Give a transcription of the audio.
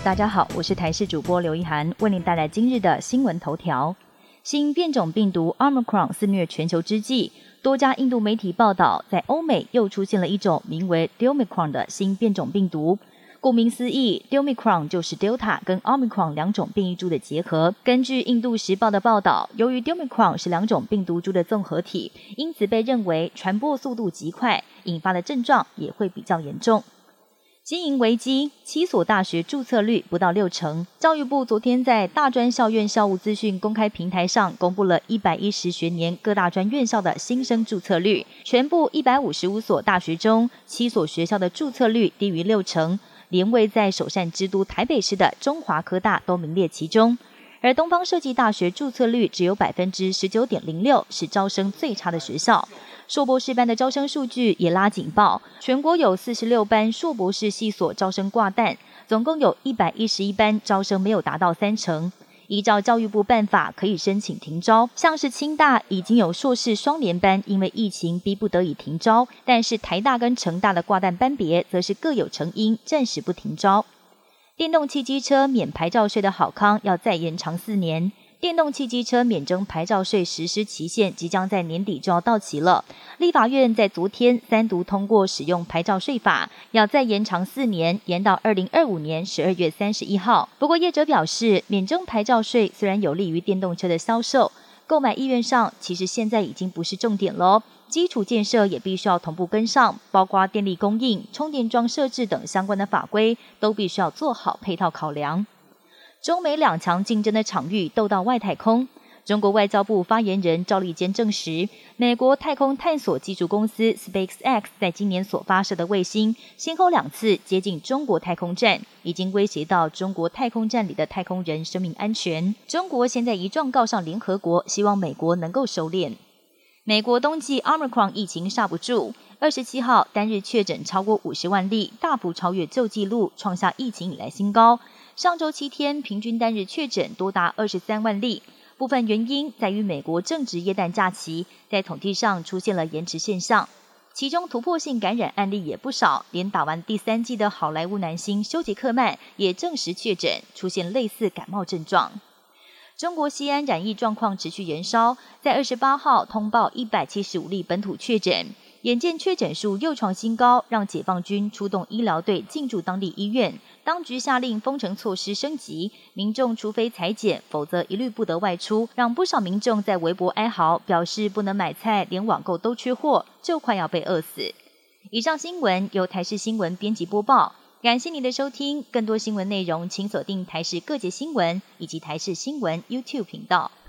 大家好，我是台视主播刘一涵，为您带来今日的新闻头条。新变种病毒 Omicron 肆虐全球之际，多家印度媒体报道，在欧美又出现了一种名为 Delmicron 的新变种病毒。顾名思义 ，Delmicron 就是 Delta 跟 Omicron 两种变异株的结合。根据印度时报的报道，由于 Delmicron 是两种病毒株的综合体，因此被认为传播速度极快，引发的症状也会比较严重。经营危机，7所大学注册率不到60%。教育部昨天在大专校院校务资讯公开平台上公布了110学年各大专院校的新生注册率，全部155所大学中，7所学校的注册率低于60%，连位在首善之都台北市的中华科大都名列其中。而东方设计大学注册率只有 19.06%， 是招生最差的学校。硕博士班的招生数据也拉警报，全国有46班硕博士系所招生挂蛋，总共有111班招生没有达到30%。依照教育部办法，可以申请停招，像是清大已经有硕士双联班因为疫情逼不得已停招，但是台大跟成大的挂蛋班别则是各有成因，暂时不停招。电动汽机车免牌照税的好康要再延长4年。电动汽机车免征牌照税实施期限即将在年底就要到期了。立法院在昨天3读通过使用牌照税法，要再延长4年，延到2025年12月31号。不过业者表示，免征牌照税虽然有利于电动车的销售，购买意愿上其实现在已经不是重点了。基础建设也必须要同步跟上，包括电力供应、充电桩设置等相关的法规，都必须要做好配套考量。中美两强竞争的场域斗到外太空。中国外交部发言人赵立坚证实，美国太空探索技术公司 SpaceX 在今年所发射的卫星，先后2次接近中国太空站，已经威胁到中国太空站里的太空人生命安全。中国现在一状告上联合国，希望美国能够收敛。美国冬季 Omicron 疫情刹不住，27号单日确诊超过50万例，大幅超越旧纪录，创下疫情以来新高。上周7天平均单日确诊多达23万例，部分原因在于美国正值耶诞假期，在统计上出现了延迟现象。其中突破性感染案例也不少，连打完第3剂的好莱坞男星休·杰克曼也证实确诊，出现类似感冒症状。中国西安染疫状况持续延烧，在28号通报175例本土确诊，眼见确诊数又创新高，让解放军出动医疗队进驻当地医院。当局下令封城措施升级，民众除非采检，否则一律不得外出，让不少民众在微博哀嚎，表示不能买菜，连网购都缺货，就快要被饿死。以上新闻由台视新闻编辑播报，感谢您的收听。更多新闻内容请锁定台视各节新闻以及台视新闻 YouTube 频道。